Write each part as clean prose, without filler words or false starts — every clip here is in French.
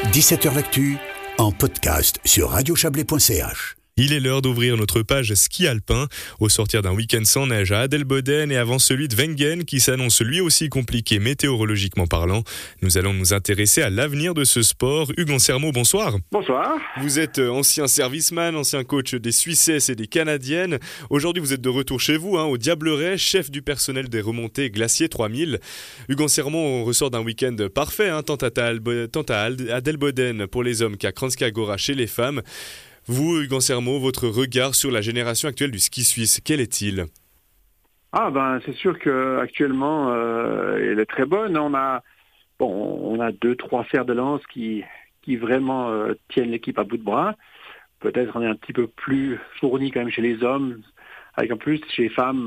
17h L'actu, en podcast sur radiochablais.ch. Il est l'heure d'ouvrir notre page ski alpin au sortir d'un week-end sans neige à Adelboden et avant celui de Wengen qui s'annonce lui aussi compliqué météorologiquement parlant. Nous allons nous intéresser à l'avenir de ce sport. Hugues Ansermo, bonsoir. Bonsoir. Vous êtes ancien serviceman, ancien coach des Suissesses et des Canadiennes. Aujourd'hui, vous êtes de retour chez vous, au Diableret, chef du personnel des remontées Glacier 3000. Hugues Ansermo, on ressort d'un week-end parfait, tant à Adelboden pour les hommes qu'à Kranjska Gora chez les femmes. Vous, Hugues Ansermo, votre regard sur la génération actuelle du ski suisse, quel est-il ? C'est sûr qu'actuellement, elle est très bonne. On a 2-3 fers de lance qui vraiment tiennent l'équipe à bout de bras. Peut-être on est un petit peu plus fourni quand même chez les hommes. Avec en plus, chez les femmes,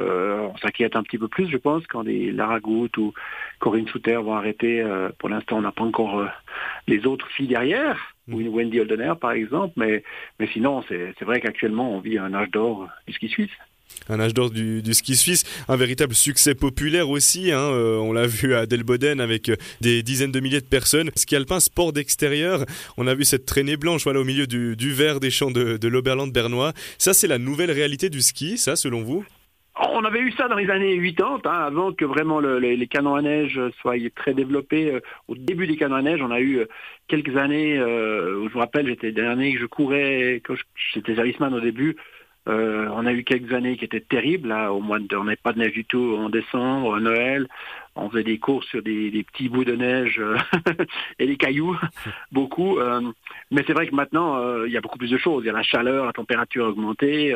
on s'inquiète un petit peu plus, je pense, quand les Lara Gut ou Corinne Souter vont arrêter. Pour l'instant, on n'a pas encore les autres filles derrière, ou une Wendy Holdener, par exemple. Mais sinon, c'est vrai qu'actuellement, on vit un âge d'or du ski suisse. Un âge d'or du ski suisse, un véritable succès populaire aussi. On l'a vu à Adelboden avec des dizaines de milliers de personnes. Ski alpin, sport d'extérieur. On a vu cette traînée blanche au milieu du vert des champs de l'Oberland bernois. Ça, c'est la nouvelle réalité du ski, ça, selon vous ? On avait eu ça dans les années 80, avant que vraiment les canons à neige soient très développés. Au début des canons à neige, on a eu quelques années où je me rappelle, j'étais dernier que je courais, quand j'étais serviceman au début. On a eu quelques années qui étaient terribles. Là, on n'avait pas de neige du tout en décembre, à Noël. On faisait des courses sur des petits bouts de neige et des cailloux, beaucoup. Mais c'est vrai que maintenant, il y a beaucoup plus de choses. Il y a la chaleur, la température a augmenté.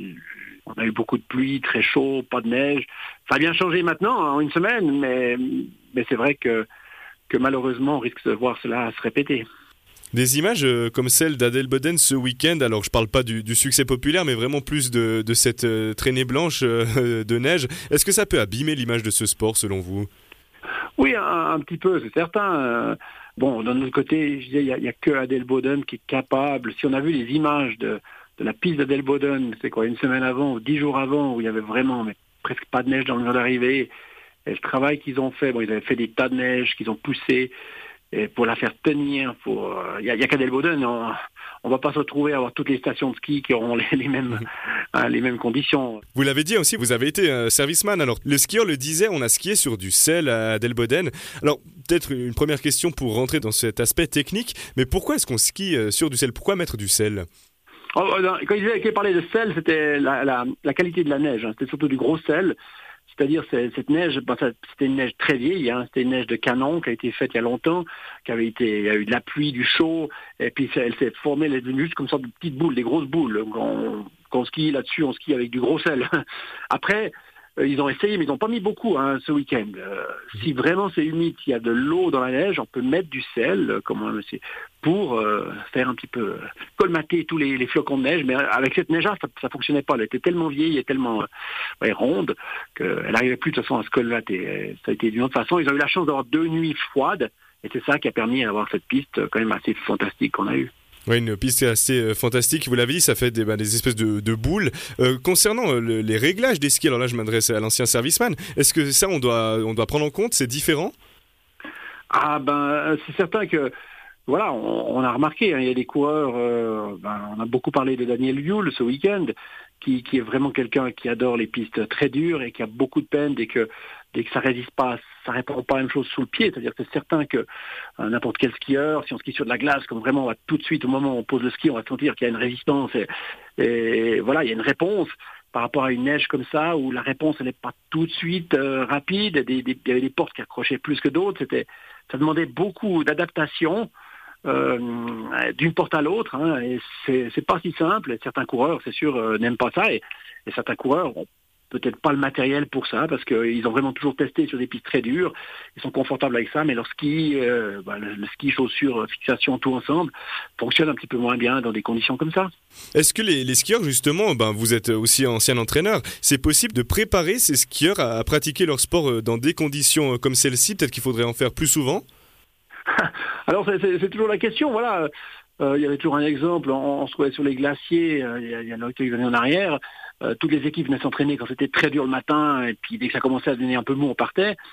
On a eu beaucoup de pluie, très chaud, pas de neige. Ça a bien changé maintenant, en une semaine, mais c'est vrai que malheureusement, on risque de voir cela se répéter. Des images comme celle d'Adelboden ce week-end, alors je ne parle pas du succès populaire, mais vraiment plus de cette traînée blanche de neige. Est-ce que ça peut abîmer l'image de ce sport selon vous ? Oui, un petit peu, c'est certain. D'un autre côté, je disais, il n'y a que Adelboden qui est capable. Si on a vu les images de la piste d'Adelboden, c'est quoi, une semaine avant ou 10 jours avant, où il y avait vraiment presque pas de neige dans le jour d'arrivée, et le travail qu'ils ont fait, ils avaient fait des tas de neige qu'ils ont poussé. Et pour la faire tenir, il y a qu'Adelboden, on va pas se retrouver à avoir toutes les stations de ski qui auront les mêmes conditions. Vous l'avez dit aussi, vous avez été serviceman. Alors le skieur le disait, on a skié sur du sel à Adelboden. Alors peut-être une première question pour rentrer dans cet aspect technique, mais pourquoi est-ce qu'on skie sur du sel ? Pourquoi mettre du sel ? Quand il parlait de sel, c'était la qualité de la neige. C'était surtout du gros sel. C'est-à-dire cette neige, c'était une neige très vieille, c'était une neige de canon qui a été faite il y a longtemps, il y a eu de la pluie, du chaud, et puis elle s'est formée, elle est devenue juste comme une sorte de petites boules, des grosses boules. Quand on skie là-dessus, on skie avec du gros sel. Après, ils ont essayé, mais ils n'ont pas mis beaucoup ce week-end. Si vraiment c'est humide, s'il y a de l'eau dans la neige, on peut mettre du sel, pour faire un petit peu colmater tous les flocons de neige. Mais avec cette neige-là, ça fonctionnait pas. Elle était tellement vieille et tellement ronde qu'elle n'arrivait plus de toute façon à se colmater. Ça a été d'une autre façon. Ils ont eu la chance d'avoir 2 nuits froides, et c'est ça qui a permis d'avoir cette piste quand même assez fantastique qu'on a eue. Oui, une piste assez fantastique, vous l'avez dit, ça fait des espèces de boules. Concernant les réglages des skis, alors là je m'adresse à l'ancien serviceman, est-ce que ça on doit prendre en compte, c'est différent ? C'est certain que, voilà, on a remarqué, il y a des coureurs, on a beaucoup parlé de Daniel Yule ce week-end, qui est vraiment quelqu'un qui adore les pistes très dures et qui a beaucoup de peine dès que ça résiste pas, ça répond pas à la même chose sous le pied. C'est-à-dire que c'est certain que n'importe quel skieur, si on skie sur de la glace, comme vraiment on va tout de suite, au moment où on pose le ski, on va sentir qu'il y a une résistance et voilà, il y a une réponse par rapport à une neige comme ça, où la réponse elle n'est pas tout de suite rapide. Il y avait des portes qui accrochaient plus que d'autres. Ça demandait beaucoup d'adaptation. D'une porte à l'autre, et c'est pas si simple. Certains coureurs, c'est sûr, n'aiment pas ça, et certains coureurs ont peut-être pas le matériel pour ça, parce qu'ils ont vraiment toujours testé sur des pistes très dures, ils sont confortables avec ça, mais leur ski, le ski, chaussures, fixation, tout ensemble, fonctionne un petit peu moins bien dans des conditions comme ça. Est-ce que les skieurs, justement, vous êtes aussi ancien entraîneur, c'est possible de préparer ces skieurs à pratiquer leur sport dans des conditions comme celle-ci ? Peut-être qu'il faudrait en faire plus souvent ? Alors c'est toujours la question, voilà. Il y avait toujours un exemple, on se trouvait sur les glaciers, il y a quelques années en arrière, toutes les équipes venaient s'entraîner quand c'était très dur le matin, et puis dès que ça commençait à devenir un peu mou, on partait.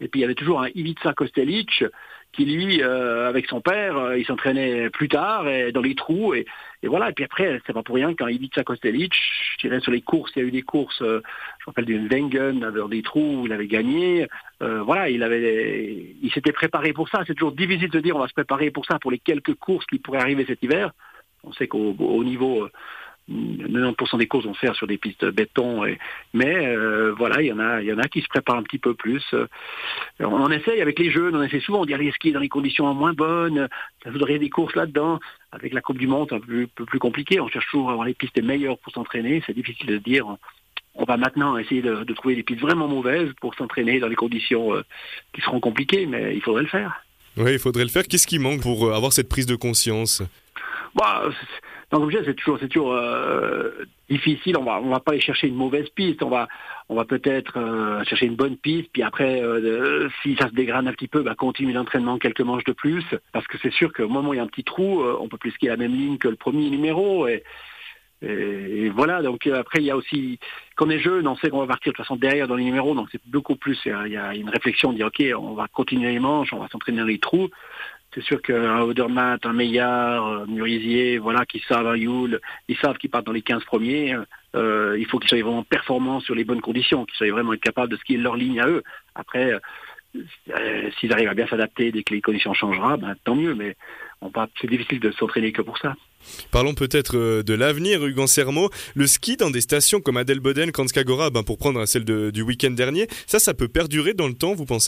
Et puis il y avait toujours un Ivica Kostelic qui lui, avec son père, il s'entraînait plus tard et dans les trous et voilà. Et puis après, c'est pas pour rien qu'un Ivica Kostelic, je dirais sur les courses, il y a eu des courses, je me rappelle d'une Wengen dans des trous où il avait gagné. Voilà, il s'était préparé pour ça. C'est toujours difficile de dire on va se préparer pour ça pour les quelques courses qui pourraient arriver cet hiver. On sait qu'au niveau 90% des courses vont se faire sur des pistes béton, mais voilà, il y en a qui se préparent un petit peu plus. On essaye avec les jeunes, on essaie souvent, on dit allez skier dans les conditions moins bonnes, ça voudrait des courses là-dedans. Avec la Coupe du Monde, un peu plus compliqué, on cherche toujours à avoir les pistes meilleures pour s'entraîner, c'est difficile de dire. On va maintenant essayer de trouver des pistes vraiment mauvaises pour s'entraîner dans les conditions qui seront compliquées, mais il faudrait le faire. Oui, il faudrait le faire. Qu'est-ce qui manque pour avoir cette prise de conscience ? Dans l'objet, c'est toujours difficile. On va pas aller chercher une mauvaise piste. On va peut-être chercher une bonne piste. Puis après, si ça se dégrade un petit peu, continuer l'entraînement quelques manches de plus. Parce que c'est sûr qu'au moment où il y a un petit trou, on peut plus skier la même ligne que le premier numéro. Et voilà. Donc après, il y a aussi, quand on est jeune, on sait qu'on va partir de toute façon derrière dans les numéros. Donc c'est beaucoup plus. Il y a une réflexion de dire ok, on va continuer les manches, on va s'entraîner dans les trous. C'est sûr qu'un Odermatt, un Meillard, un Murisier, voilà, qui savent un Yule, ils savent qu'ils partent dans les 15 premiers. Il faut qu'ils soient vraiment performants sur les bonnes conditions, qu'ils soient vraiment être capables de skier leur ligne à eux. Après, s'ils arrivent à bien s'adapter dès que les conditions changeront, tant mieux. Mais c'est difficile de s'entraîner que pour ça. Parlons peut-être de l'avenir, Hugo Ansermo. Le ski dans des stations comme Adelboden, Kranjska Gora, pour prendre celle du week-end dernier, ça peut perdurer dans le temps, vous pensez ?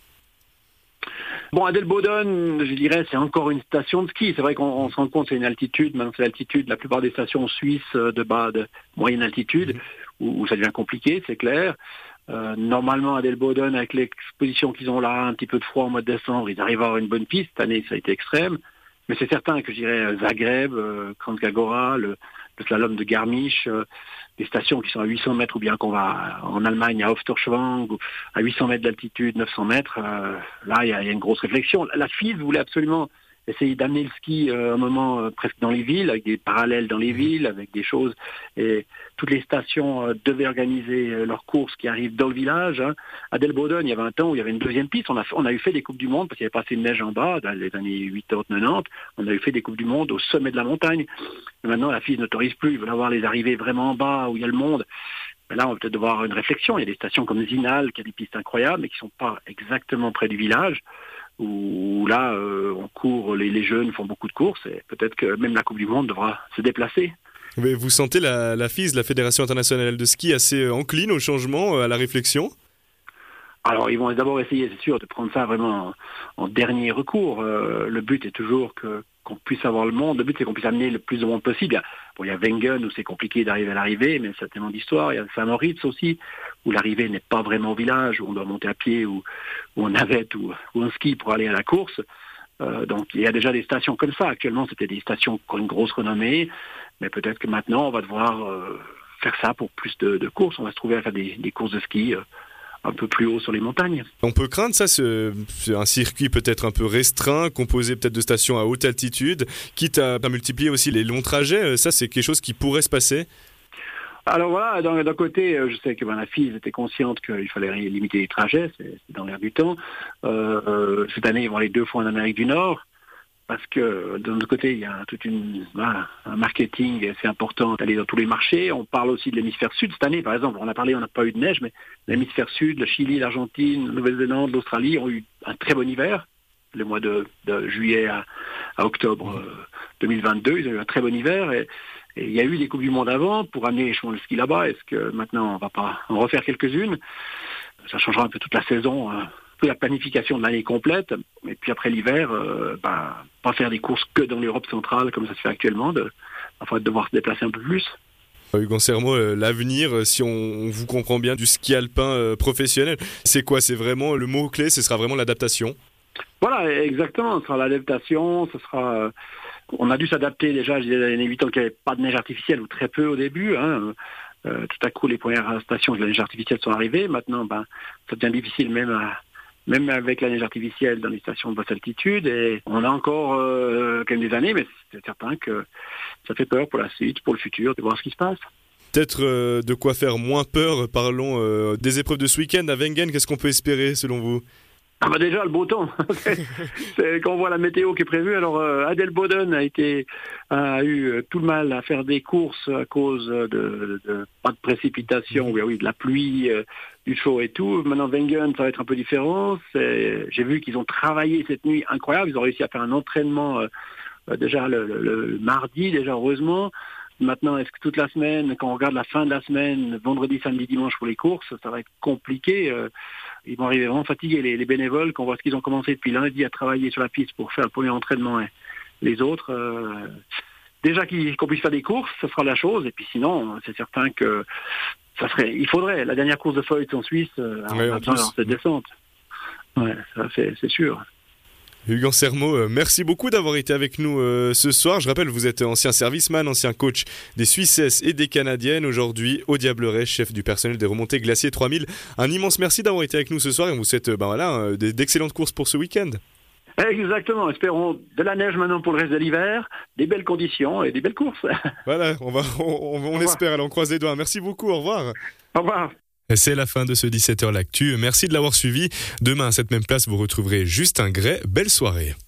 Bon, Adelboden, je dirais, c'est encore une station de ski. C'est vrai qu'on se rend compte, c'est une altitude. Maintenant, c'est l'altitude. La plupart des stations suisses de moyenne altitude, où ça devient compliqué, c'est clair. Normalement, Adelboden, avec l'exposition qu'ils ont là, un petit peu de froid au mois de décembre, ils arrivent à avoir une bonne piste. Cette année, ça a été extrême. Mais c'est certain que je dirais Zagreb, Kranjska Gora, le slalom de Garmisch, des stations qui sont à 800 mètres ou bien qu'on va en Allemagne à Ofterschwang, à 800 mètres d'altitude, 900 mètres, là il y a une grosse réflexion. La FIS voulait absolument essayer d'amener le ski un moment presque dans les villes, avec des parallèles dans les villes, avec des choses. Et toutes les stations devaient organiser leurs courses qui arrivent dans le village. À Adelboden, il y avait un temps où il y avait une deuxième piste. On a eu fait des Coupes du Monde parce qu'il y avait pas assez de neige en bas, dans les années 80-90. On a eu fait des Coupes du Monde au sommet de la montagne. Mais maintenant, la FIS n'autorise plus. Ils veulent avoir les arrivées vraiment en bas, où il y a le monde. Mais là, on va peut-être devoir avoir une réflexion. Il y a des stations comme Zinal, qui a des pistes incroyables, mais qui ne sont pas exactement près du village, où là, on court, les jeunes font beaucoup de courses, et peut-être que même la Coupe du Monde devra se déplacer. Mais vous sentez la FIS, la Fédération internationale de ski, assez encline au changement, à la réflexion ? Alors, ils vont d'abord essayer, c'est sûr, de prendre ça vraiment en dernier recours. Le but est toujours qu'on puisse avoir le monde. Le but, c'est qu'on puisse amener le plus de monde possible. Il y a Wengen, où c'est compliqué d'arriver à l'arrivée, mais c'est tellement d'histoire. Il y a Saint-Moritz aussi, où l'arrivée n'est pas vraiment au village, où on doit monter à pied, ou en navette, ou en ski pour aller à la course. Donc, il y a déjà des stations comme ça. Actuellement, c'était des stations qui ont une grosse renommée, mais peut-être que maintenant, on va devoir faire ça pour plus de courses. On va se trouver à faire des courses de ski un peu plus haut sur les montagnes. On peut craindre ça, c'est un circuit peut-être un peu restreint, composé peut-être de stations à haute altitude, quitte à multiplier aussi les longs trajets. Ça, c'est quelque chose qui pourrait se passer ? Alors voilà, d'un côté, je sais que la FIS était consciente qu'il fallait limiter les trajets, c'est dans l'air du temps. Cette année, ils vont aller 2 fois en Amérique du Nord, parce que de notre côté, il y a un marketing assez important d'aller dans tous les marchés. On parle aussi de l'hémisphère sud. Cette année, par exemple, on n'a pas eu de neige, mais l'hémisphère sud, le Chili, l'Argentine, la Nouvelle-Zélande, l'Australie ont eu un très bon hiver. Le mois de juillet à octobre 2022, ils ont eu un très bon hiver. Et il y a eu des Coupes du Monde avant pour amener le ski là-bas. Est-ce que maintenant, on va pas en refaire quelques-unes ? Ça changera un peu toute la saison, la planification de l'année complète, et puis après l'hiver, pas faire des courses que dans l'Europe centrale comme ça se fait actuellement, parfois devoir se déplacer un peu plus. Hugo Ansermo, l'avenir, si on vous comprend bien, du ski alpin professionnel, c'est quoi ? C'est vraiment le mot-clé, ce sera vraiment l'adaptation ? Voilà, exactement, ce sera l'adaptation, on a dû s'adapter déjà, je disais, dans les années 80 qu'il n'y avait pas de neige artificielle, ou très peu au début, tout à coup les premières stations de la neige artificielle sont arrivées, maintenant ça devient difficile même avec la neige artificielle dans les stations de basse altitude, et on a encore quand même des années, mais c'est certain que ça fait peur pour la suite, pour le futur, de voir ce qui se passe. peut-être de quoi faire moins peur. Parlons des épreuves de ce week-end à Wengen. Qu'est-ce qu'on peut espérer selon vous? Ah bah déjà le beau temps. Quand on voit la météo qui est prévue, alors Adelboden a eu tout le mal à faire des courses à cause de pas de précipitation, oui, de la pluie, du chaud et tout. Maintenant Wengen, ça va être un peu différent. J'ai vu qu'ils ont travaillé cette nuit incroyable. Ils ont réussi à faire un entraînement déjà le mardi, déjà heureusement. Maintenant, est-ce que toute la semaine, quand on regarde la fin de la semaine, vendredi, samedi, dimanche pour les courses, ça va être compliqué. Ils vont arriver vraiment fatigués, les bénévoles, quand on voit ce qu'ils ont commencé depuis lundi à travailler sur la piste pour faire le premier entraînement. Et les autres, déjà qu'on puisse faire des courses, ça sera la chose. Et puis sinon, c'est certain que il faudrait. La dernière course de Foyt en Suisse, on a besoin d'avoir cette descente. Ouais, ça c'est sûr. Hugues Ansermo, merci beaucoup d'avoir été avec nous ce soir. Je rappelle, vous êtes ancien serviceman, ancien coach des Suissesses et des Canadiennes. Aujourd'hui, au Diableret, chef du personnel des remontées Glacier 3000. Un immense merci d'avoir été avec nous ce soir et on vous souhaite d'excellentes courses pour ce week-end. Exactement. Espérons de la neige maintenant pour le reste de l'hiver, des belles conditions et des belles courses. Voilà, on espère. Alors, on croise les doigts. Merci beaucoup. Au revoir. Au revoir. C'est la fin de ce 17h L'Actu. Merci de l'avoir suivi. Demain, à cette même place, vous retrouverez Justin Gray. Belle soirée.